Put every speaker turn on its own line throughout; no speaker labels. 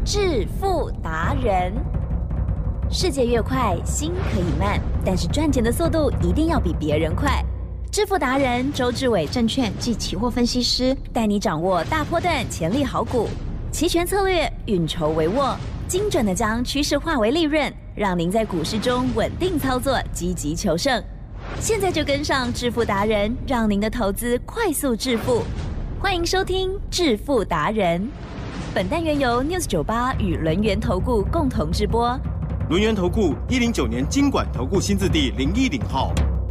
致富达人。世界越快，心可以慢，但是赚钱的速度一定要比别人快。致富达人周志伟证券及期货分析师带你掌握大波段潜力好股，期权策略运筹帷幄，精准的将趋势化为利润，让您在股市中稳定操作，积极求胜。现在就跟上致富达人，让您的投资快速致富。欢迎收听致富达人。本单元由 News 98与轮源投顾共同直播。
轮源投顾109年金管投顾新字第010号。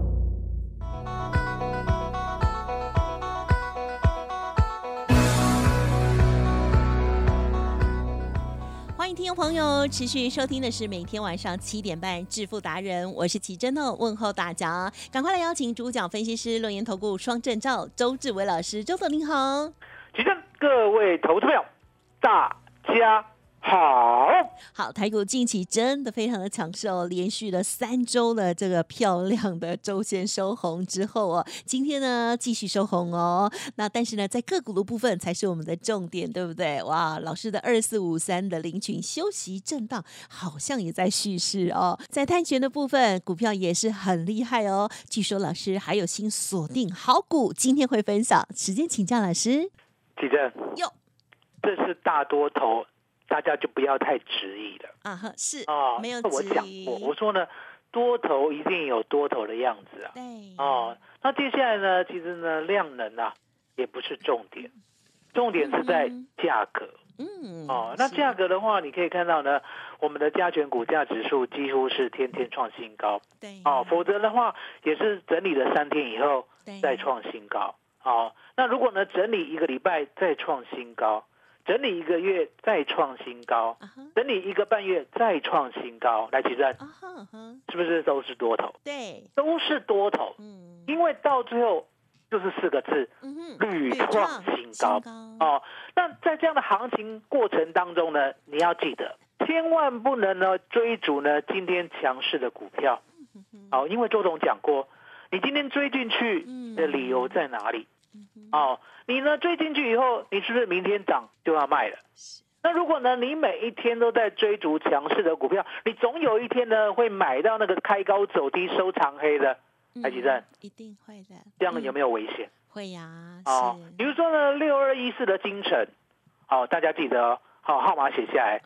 欢迎听众朋友持续收听的是每天晚上7点半致富达人，我是奇珍哦，问候大家，赶快来邀请主讲分析师轮源投顾双证照周志伟老师，周总您好。
奇珍，各位投资朋友大家好。
好，台股近期真的非常的强势哦，连续了3周的这个漂亮的周线收红之后哦，今天呢继续收红哦。那但是呢，在个股的部分才是我们的重点，对不对？哇，老师的2453的林群休息震荡，好像也在蓄势哦。在碳权的部分，股票也是很厉害哦。据说老师还有新锁定好股，今天会分享，时间请教老师。
奇珍，
哟，
这是大多头，大家就不要太质疑了
啊哈，是
哦。
没有
我讲过，我说呢，多头一定有多头的样子啊。
对
哦，那接下来呢，其实呢，量能啊也不是重点，重点是在价格。哦，那价格的话，你可以看到呢，我们的加权股价指数几乎是天天创新高。
对，
哦，否则的话也是整理了3天以后再创新高。哦，那如果呢整理1个礼拜再创新高，整理1个月再创新高，整理1个半月再创新高，来，奇珍，是不是都是多头？
对，
都是多头。因为到最后就是4个字，屡创新高。哦，那在这样的行情过程当中呢，你要记得，千万不能呢追逐呢今天强势的股票。哦，因为周董讲过，你今天追进去的理由在哪里？哦，你呢追进去以后，你是不是明天涨就要卖了？那如果呢你每一天都在追逐强势的股票，你总有一天呢会买到那个开高走低收长黑的，台积电
一定会的。
这样有没有危险？
会呀。
哦，比如说呢6214的精城，好，大家记得哦，好，号码写下来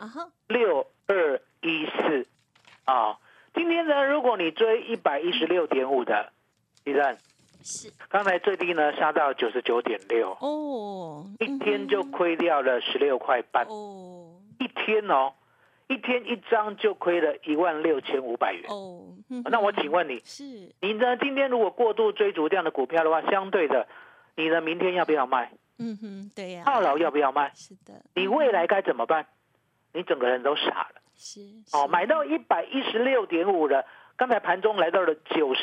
，6214啊。今天呢，如果你追116.5的，地震
是
刚才最低呢杀到99.6
哦，
一天就亏掉了16块半
哦，
一天哦，一天一张就亏了16500元
哦。
那我请问你，
是
你呢？今天如果过度追逐这样的股票的话，相对的，你呢明天要不要卖？
对呀。
套牢要不要卖？
是的。
你未来该怎么办？你整个人都傻了。
是
哦，买到116.5了，刚才盘中来到了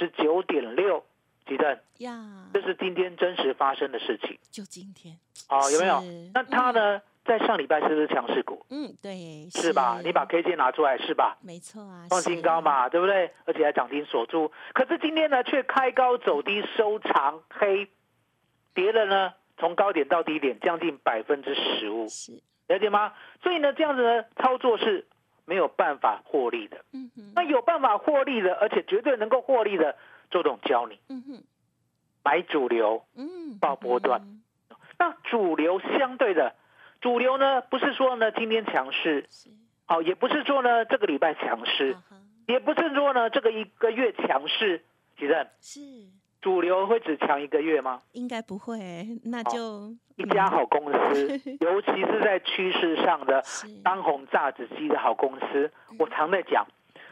99.6，奇正
呀，
这是今天真实发生的事情。
就今天
哦，有没有？那它呢，在上礼拜是不是强势股？
对，
是吧？你把 K 线拿出来是吧？
没错啊，
创新高嘛，对不对？而且还涨停锁住。可是今天呢，却开高走低收长黑，跌了呢，从高点到低点将近15%，
是
了解吗？所以呢，这样子呢，操作是没有办法获利的。那有办法获利的，而且绝对能够获利的，周董教你，买主流，报波段。那主流相对的，主流呢，不是说呢今天强势，好，也不是说呢这个礼拜强势，也不是说呢这个1个月强势，其实
是
主流会只强1个月吗？
应该不会，那就
一家好公司，尤其是在趋势上的当红炸子鸡的好公司，我常在讲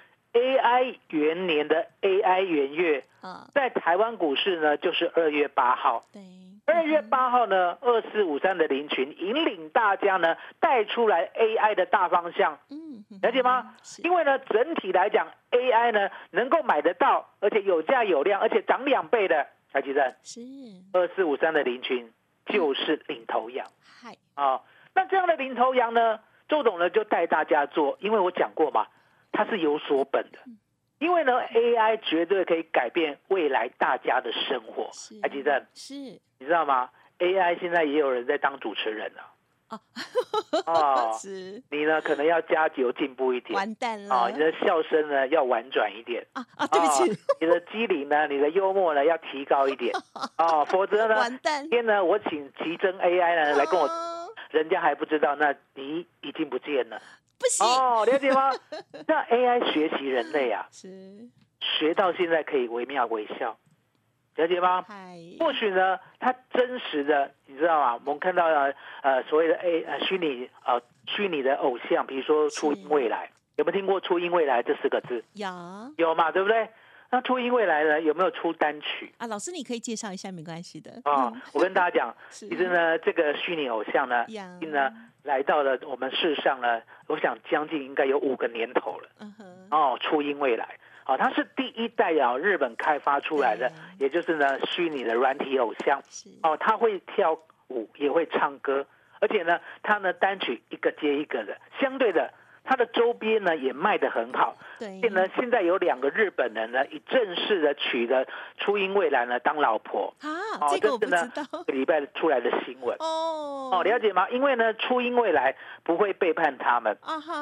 AI 元年的 AI 元月，在台湾股市呢就是2月8号。
对
2月8号呢，2453的林群引领大家呢带出来 AI 的大方向，了解吗？因为呢整体来讲 AI 呢能够买得到，而且有价有量，而且涨2倍的，台积电是2453的林群就是领头羊。那这样的领头羊呢，周董呢就带大家做，因为我讲过嘛，它是有所本的。因为呢 AI 绝对可以改变未来大家的生活。台积电是，你知道吗？ AI 现在也有人在当主持人了。
是
你呢可能要加油进步一点，
完蛋了
你的笑声呢要婉转一点
对不起，
你的机灵呢，你的幽默呢要提高一点否则呢，
完蛋，
今天呢我请奇珍 AI 呢来跟我，人家还不知道，那你已经不见了，
不行
了解吗？那 AI 学习人类啊，
是
学到现在可以惟妙惟肖。了解吗？或许呢，它真实的，你知道吗？我们看到所谓的虚拟的偶像，比如说初音未来，有没有听过初音未来这4个字？有嘛，对不对？那初音未来呢，有没有出单曲
老师，你可以介绍一下，没关系的
我跟大家讲，其实呢，这个虚拟偶像呢，来到了我们世上呢，我想将近应该有5个年头了。初音未来。它是第一代日本开发出来的，也就是呢虚拟的软体偶像。他会跳舞，也会唱歌，而且呢，他呢单曲一个接一个的，相对的，他的周边呢也卖得很好。
对，
现在有2个日本人呢，以正式的娶了初音未来呢当老婆。
这个我不知道。
这礼拜出来的新闻。了解吗？因为呢，初音未来不会背叛他们。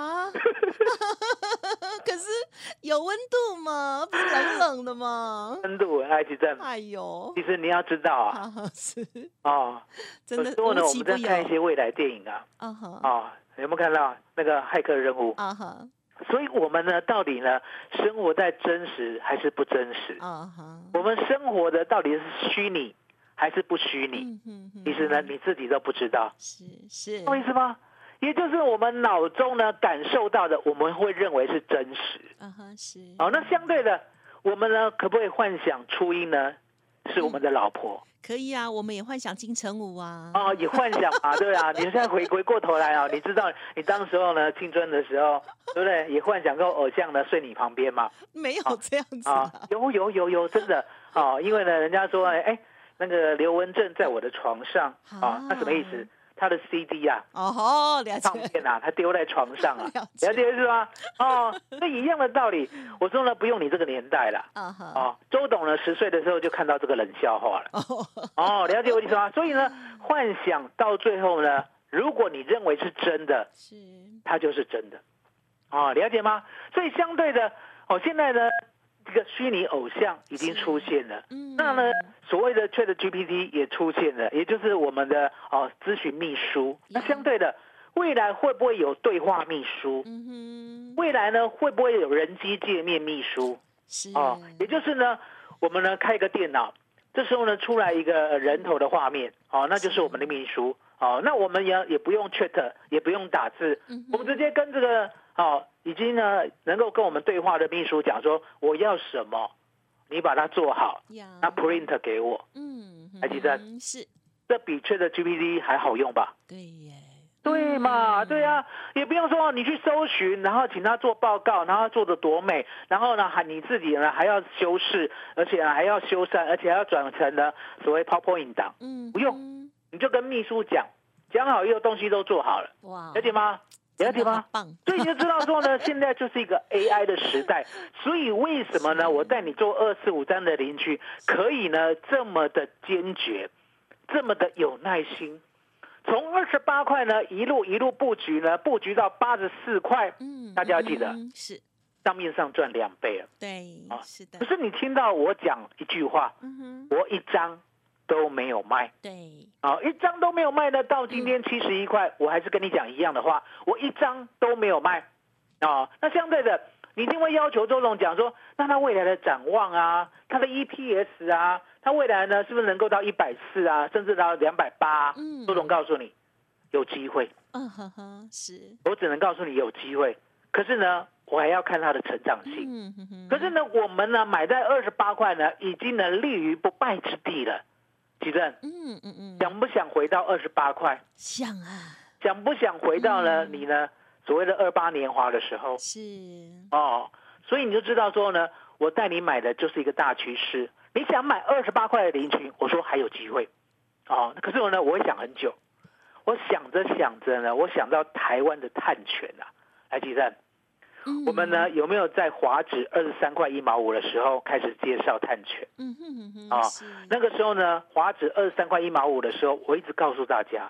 可是有温度吗？不是冷冷的吗？
温度，爱奇正。
哎呦，
其实你要知道
是
真的。有时候呢，我们在看一些未来电影有没有看到那个骇客任务？所以我们呢，到底呢，生活在真实还是不真实？我们生活的到底是虚拟还是不虚拟？其实呢，你自己都不知道。
是，
懂我意思吗？也就是我们脑中呢感受到的，我们会认为是真实。那相对的，我们呢可不可以幻想初音呢是我们的老婆？
可以啊，我们也幻想金城武啊。
也幻想啊，对啊。你现在回过头来你知道你当时候呢青春的时候，对不对？也幻想过偶像呢睡你旁边吗？
没有这样子
有，真的因为呢，人家说那个刘文正在我的床上那什么意思？他的 CD
了解，
唱片他丢在床上了解是吗？那一样的道理。我说呢，不用你这个年代了周董呢10岁的时候就看到这个冷笑话了了解我意思吗？所以呢，幻想到最后呢，如果你认为是真的，它就是真的了解吗？所以相对的现在呢，这个虚拟偶像已经出现了，那呢，所谓的 ChatGPT 也出现了，也就是我们的咨询秘书。那相对的，未来会不会有对话秘书？未来呢，会不会有人机界面秘书？也就是呢，我们呢开一个电脑，这时候呢出来一个人头的画面，那就是我们的秘书。那我们也不用 Chat， 也不用打字，我们直接跟这个已经呢能够跟我们对话的秘书讲说我要什么，你把它做好，那 print 给我。还记得
是，
这比 ChatGPT 还好用吧？
对耶，
对嘛，对啊，也不用说你去搜寻，然后请他做报告，然后做得多美，然后呢你自己呢还要修饰，而且还要修缮，而且还要转成呢所谓 PowerPoint 档。不用，你就跟秘书讲好以后东西都做好了。了解吗？了解吗？所以你就知道说呢，现在就是一个 AI 的时代。所以为什么呢？我带你做2453的邻居，可以呢这么的坚决，这么的有耐心，从28块呢一路布局呢，布局到84块。大家要记得，
是
账面上赚2倍了。
对，是的。
可是你听到我讲一句话，我一张都没有卖。
对，
一张都没有卖呢，到今天71块，我还是跟你讲一样的话，我一张都没有卖。那相对的，你一定会要求周总讲说，那他未来的展望啊，他的 EPS 啊，他未来呢是不是能够到140啊，甚至到280？周总告诉你，有机会。
是，
我只能告诉你有机会。可是呢，我还要看它的成长性。可是呢，我们呢买在28块呢，已经能立于不败之地了。奇正，想不想回到28块？
想啊。
想不想回到呢？你呢所谓的28年华的时候？
是。
所以你就知道说呢，我带你买的就是一个大趋势。你想买28块的邻居，我说还有机会。可是呢，我会想很久。我想着呢，我想到台湾的碳权啊，来奇正。我们呢有没有在华指23块1毛5的时候开始介绍碳权？那个时候呢，华指23块1毛5的时候，我一直告诉大家，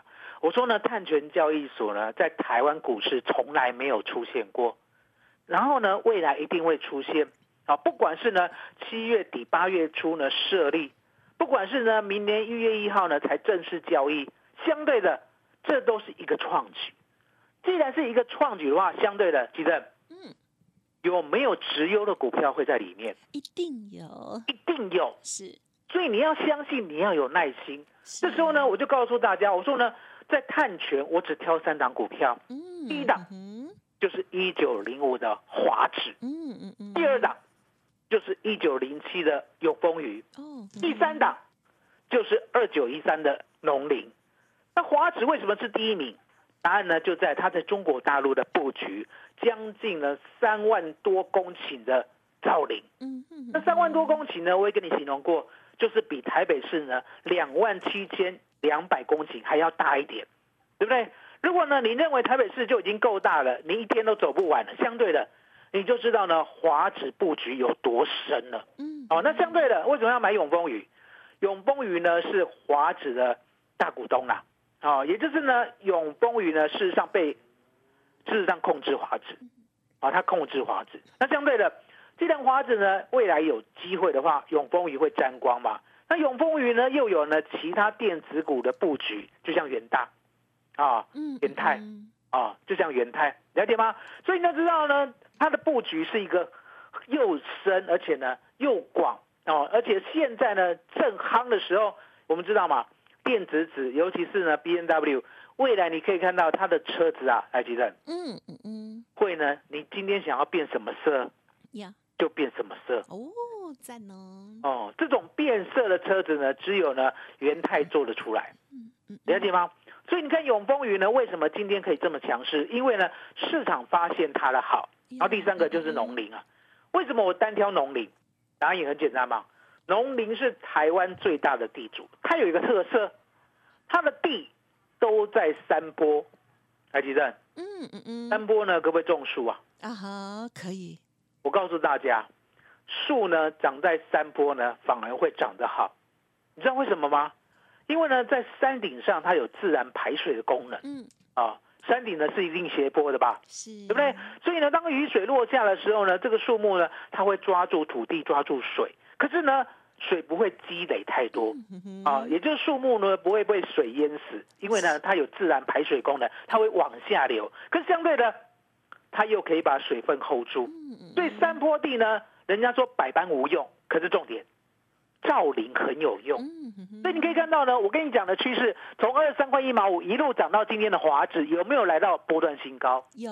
我说呢，碳权交易所呢，在台湾股市从来没有出现过，然后呢，未来一定会出现。不管是呢7月底8月初呢设立，不管是呢明年1月1号呢才正式交易，相对的，这都是一个创举。既然是一个创举的话，相对的，吉正，有没有直优的股票会在里面？
一定有，
一定有，
是。
所以你要相信，你要有耐心。这时候呢，我就告诉大家，我说呢，在碳权我只挑3档股票，第一档就是1905的华指，第二档就是1907的永丰余，第3档就是2913的农林。那华指为什么是第一名？答案呢就在它在中国大陆的布局，将近了3万多公顷的造林。那3万多公顷呢，我也跟你形容过，就是比台北市呢27200公顷还要大一点，对不对？如果呢你认为台北市就已经够大了，你一天都走不完了，相对的你就知道呢华指布局有多深了。那相对的，为什么要买永丰余？永丰余呢是华指的大股东啦。也就是呢，永丰余呢，事实上控制华指，它控制华指。那相对的，既然华指呢未来有机会的话，永丰余会沾光嘛？那永丰余呢又有呢其他电子股的布局，就像元大元泰就像元泰，了解吗？所以你要知道呢，它的布局是一个又深而且呢又广而且现在呢正夯的时候，我们知道嘛？电子纸，尤其是呢 BMW， 未来你可以看到它的车子啊，来吉正，会呢，你今天想要变什么色，就变什么色。
赞哦。
这种变色的车子呢，只有呢元泰做得出来，了解吗？所以你看永丰余呢，为什么今天可以这么强势？因为呢市场发现它的好。然后第3个就是农林啊，为什么我单挑农林？答案也很简单嘛。农林是台湾最大的地主，它有一个特色，它的地都在山坡，来吉正，山坡呢可不可以种树啊？
可以。
我告诉大家，树呢长在山坡呢反而会长得好，你知道为什么吗？因为呢在山顶上它有自然排水的功能，山顶呢是一定斜坡的吧，对不对？所以呢当雨水落下的时候呢，这个树木呢它会抓住土地，抓住水。可是呢，水不会积累太多也就是树木呢不会被水淹死，因为呢它有自然排水功能，它会往下流。可是相对的，它又可以把水分 hold 住。所以山坡地呢，人家说百般无用，可是重点，造林很有用。所以你可以看到呢，我跟你讲的趋势，从23块1毛5一路涨到今天的华指，有没有来到波段新高？
有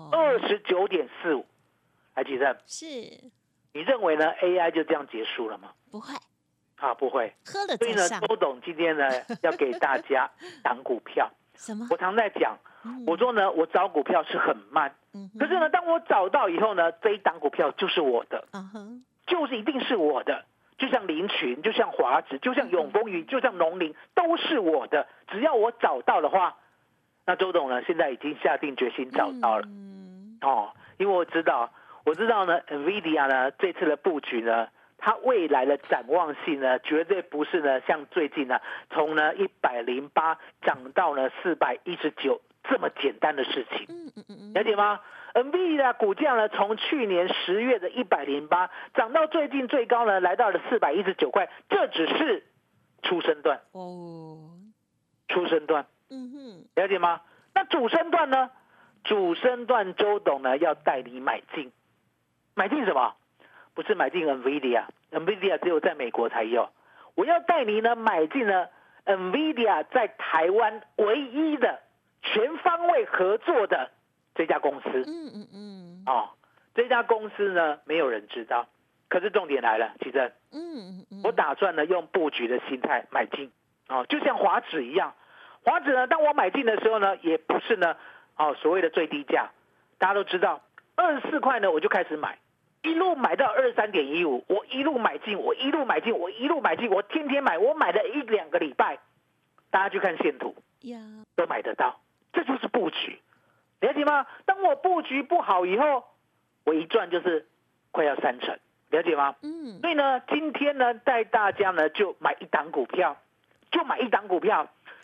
29.45， 来吉正，
是。
你认为呢 ？AI 就这样结束了吗？
不会
不会。
喝了
所以呢，周董今天呢要给大家档股票。
什么？
我常在讲，我说呢，我找股票是很慢，可是呢，当我找到以后呢，这一档股票就是我的，就是一定是我的。就像林群，就像华指，就像永丰余，就像农林，都是我的。只要我找到的话，那周董呢现在已经下定决心找到了。因为我知道呢 ，NVIDIA 呢这次的布局呢，它未来的展望性呢，绝对不是呢像最近呢从呢108涨到呢419这么简单的事情，了解吗？NVIDIA 股价呢从去年10月的108涨到最近最高呢来到了419块，这只是初升段初升段，了解吗？那主升段呢？主升段周董呢要带你买进。买进什么？不是买进 NVIDIA 只有在美国才有。我要带你呢买进呢 NVIDIA 在台湾唯一的全方位合作的这家公司。这家公司呢没有人知道，可是重点来了，其实我打算呢用布局的心态买进就像华指一样。华指呢，当我买进的时候呢，也不是呢所谓的最低价，大家都知道24块呢我就开始买。一路买到23.15，我一路买进，我一路买进，我一路买进，我天天买，我买了1-2个礼拜，大家去看线图，都买得到，这就是布局，了解吗？当我布局不好以后，我一赚就是快要3成，了解吗？所以呢，今天呢带大家呢就买一档股票，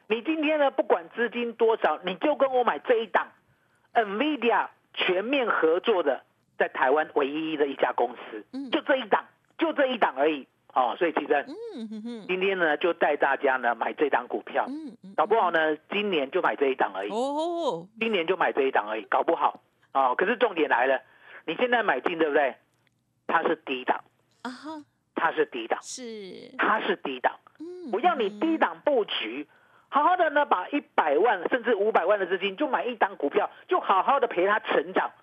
你今天呢，不管资金多少，你就跟我买这一档 NVIDIA 全面合作的，在台湾唯一的一家公司，就这一档而已。所以其实今天呢，就带大家呢买这档股票，搞不好呢，今年就买这一档而已。今年就买这一档而已，搞不好可是重点来了，你现在买进对不对？它是低档它是低档，它是低档。我要你低档布局，好好的呢，把100万甚至500万的资金就买一档股票，就好好的陪它成长。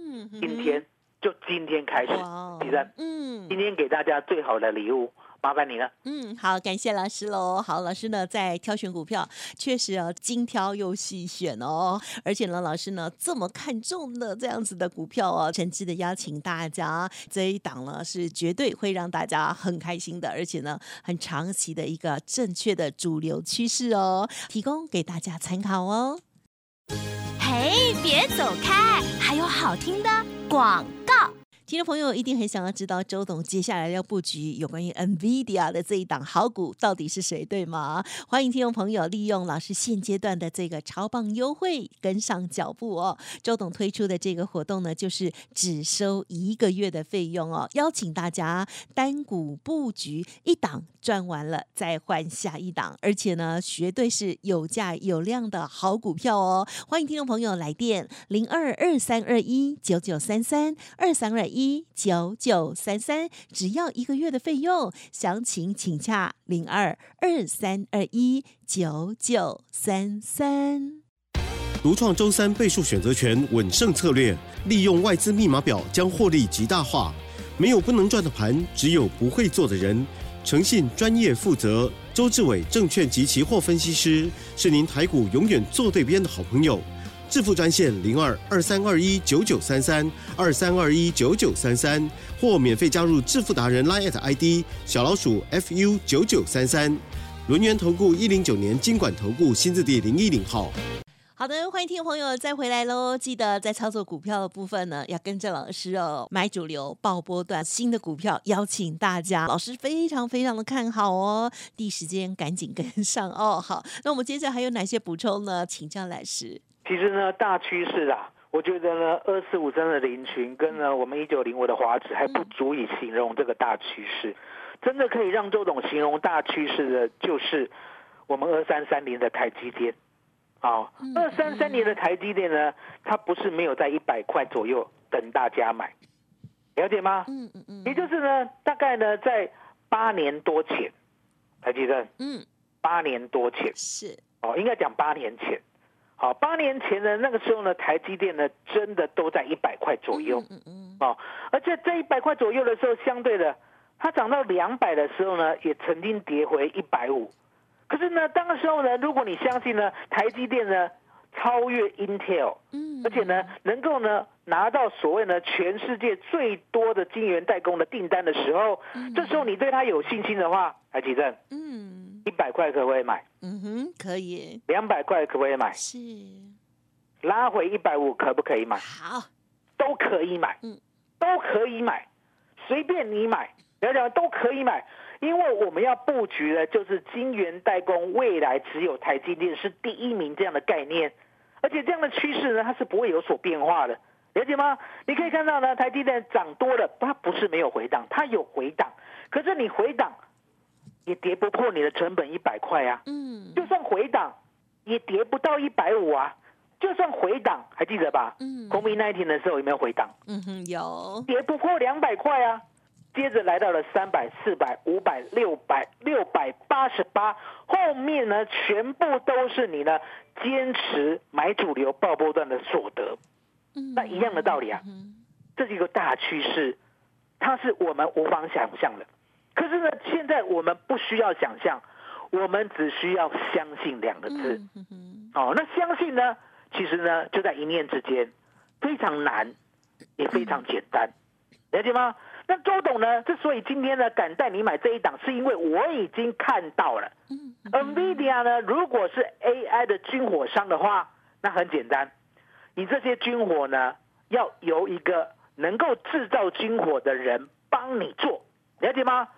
今天开始，其实今天给大家最好的礼物，麻烦你了。
好，感谢老师喽。好，老师呢在挑选股票，确实精挑又细选哦，而且呢，老师呢这么看重的这样子的股票哦，诚挚的邀请大家，这一档呢是绝对会让大家很开心的，而且呢很长期的一个正确的主流趋势哦，提供给大家参考哦。
嘿，别走开，还有好听的广告。
听众朋友一定很想要知道周董接下来要布局有关于 NVIDIA 的这一档好股到底是谁，对吗？欢迎听众朋友利用老师现阶段的这个超棒优惠跟上脚步哦。周董推出的这个活动呢，就是只收1个月的费用哦，邀请大家单股布局一档赚完了再换下一档，而且呢绝对是有价有量的好股票哦。欢迎听众朋友来电022321993323219933，只要1个月的费用，详情请洽0223219933。
独创周3倍数选择权稳胜策略，利用外资密码表将获利极大化。没有不能赚的盘，只有不会做的人。诚信、专业、负责，周志伟证券及期货分析师是您台股永远坐对边的好朋友。致富专线0223219933，23219933，或免费加入致富达人 LINE@ ID 小老鼠 FU9933。轮源投顾109年金管投顾新字第010号。
好的，欢迎听众朋友再回来喽！记得在操作股票的部分呢，要跟着老师哦，买主流、爆波段新的股票，邀请大家，老师非常非常的看好哦，第一时间赶紧跟上哦。好，那我们接着还有哪些补充呢？请教老师。
其实呢，大趋势我觉得呢，2453的林群跟呢我们1905的华指还不足以形容这个大趋势。真的可以让周董形容大趋势的，就是我们2330的台积电。2330的台积电呢，它不是没有在100块左右等大家买，了解吗？也就是呢，大概呢在8年多前，台积电，8年多前
是
应该讲8年前。好，8年前呢，那个时候呢，台积电呢真的都在100块左右，而且在100块左右的时候，相对的，它涨到200的时候呢，也曾经跌回150。可是呢，当时候呢，如果你相信呢，台积电呢超越 Intel，而且呢能够呢拿到所谓呢全世界最多的晶圆代工的订单的时候，这时候你对它有信心的话，台积电，100块可不可以买？
可以。
200块可不可以买？
是。
拉回150可不可以买？
好，
都可以买，都可以买，随便你买，了解吗？都可以买。因为我们要布局的就是晶圆代工，未来只有台积电是第1名这样的概念，而且这样的趋势呢，它是不会有所变化的，了解吗？你可以看到呢，台积电涨多了，它不是没有回档，它有回档，可是你回档也跌不破你的成本100块啊，就算回档也跌不到150啊，就算回档还记得吧？COVID-19 的时候有没有回档？
有，
跌不破200块啊。接着来到了300、400、500、600、688，后面呢全部都是你呢坚持买主流爆波段的所得。那一样的道理啊，这是一个大趋势，它是我们无法想象的。可是呢，现在我们不需要想象，我们只需要相信2个字。那相信呢，其实呢就在一念之间，非常难，也非常简单，了解吗？那周董呢，之所以今天呢敢带你买这一档，是因为我已经看到了，NVIDIA 呢如果是 AI 的军火商的话，那很简单，你这些军火呢要由一个能够制造军火的人帮你做，了解吗？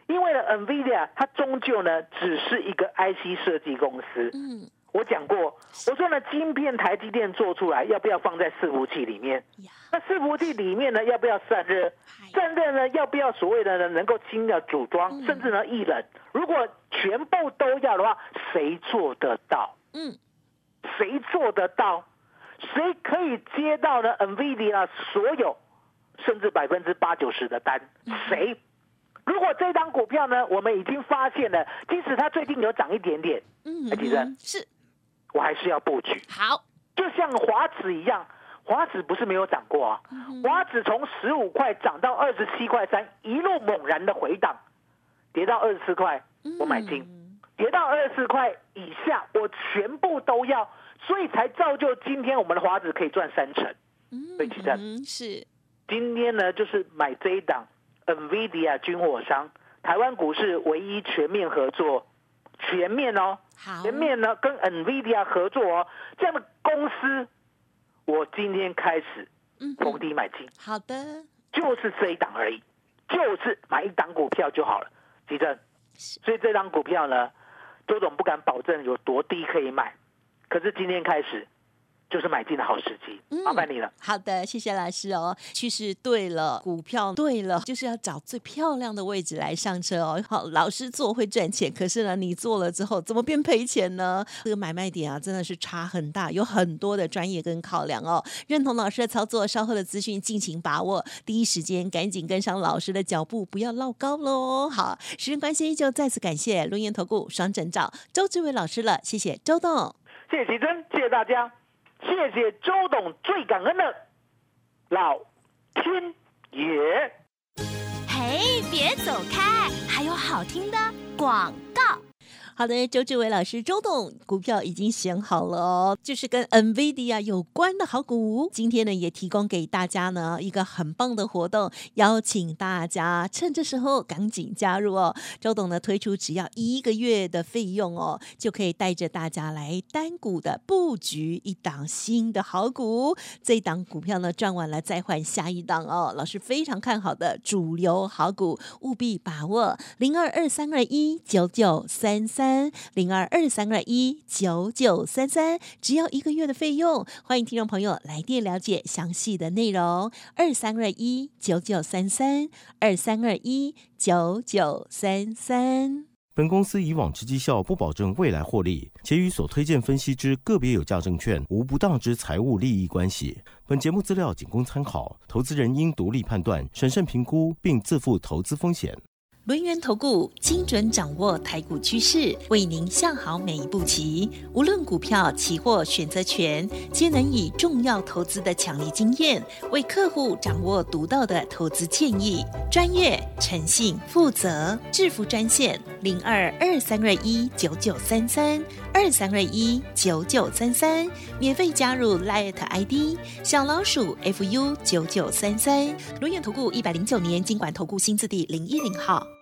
因为呢 NVIDIA 它终究呢只是一个 IC 设计公司。我讲过，我说呢，晶片台积电做出来要不要放在伺服器里面？那伺服器里面呢要不要散热？散热呢要不要所谓的呢能够轻的组装，甚至呢易冷？如果全部都要的话，谁做得到？谁做得到？谁可以接到呢 NVIDIA 所有甚至80%-90%的单？谁？如果这张股票呢，我们已经发现了，即使它最近有涨一点点，其实
是，
我还是要布局。
好，
就像华指一样，华指不是没有涨过啊，华指从15块涨到27块3，一路猛然的回档，跌到24块，我买进，跌到24块以下，我全部都要，所以才造就今天我们的华指可以赚3成。所以其实
是
今天呢，就是买这一档 NVIDIA 军火商，台湾股市唯一全面合作，全面哦，全面呢跟 NVIDIA 合作哦，这样的公司，我今天开始逢低买进。
好的，
就是这一档而已，就是买一档股票就好了，吉正。所以这档股票呢，周总不敢保证有多低可以买，可是今天开始就是买进的好时机，麻烦你了。
好的，谢谢老师哦。趋势对了，股票对了，就是要找最漂亮的位置来上车哦。好，老师做会赚钱，可是呢，你做了之后怎么变赔钱呢？这个买卖点啊，真的是差很大，有很多的专业跟考量哦。认同老师的操作，稍后的资讯尽情把握，第一时间赶紧跟上老师的脚步，不要落高喽。好，时间关系，就再次感谢轮研投顾双证照周志伟老师了，谢谢周董，
谢谢奇珍，谢谢大家。谢谢周董，最感恩的老天爷。
嘿，别走开，还有好听的广告。
好的，周志伟老师，周董股票已经选好了哦，就是跟 NVIDIA 有关的好股。今天呢，也提供给大家呢一个很棒的活动，邀请大家趁这时候赶紧加入哦。周董呢推出只要1个月的费用哦，就可以带着大家来单股的布局一档新的好股。这一档股票呢赚完了再换下一档哦，老师非常看好的主流好股，务必把握0223219933，0223219933，只要1个月的费用，欢迎听众朋友来电了解详细的内容。23219933，23219933。
本公司以往之绩效不保证未来获利，且与所推荐分析之个别有价证券无不当之财务利益关系。本节目资料仅供参考，投资人应独立判断、审慎评估，并自负投资风险。
轮源投顾精准掌握台股趋势，为您下好每一步棋。无论股票、期货、选择权，皆能以重要投资的强力经验，为客户掌握独到的投资建议。专业、诚信、负责，致富专线0223219933，23219933，免费加入 LINE ID 小老鼠 FU9933。轮源投顾109年金管投顾新字第010号。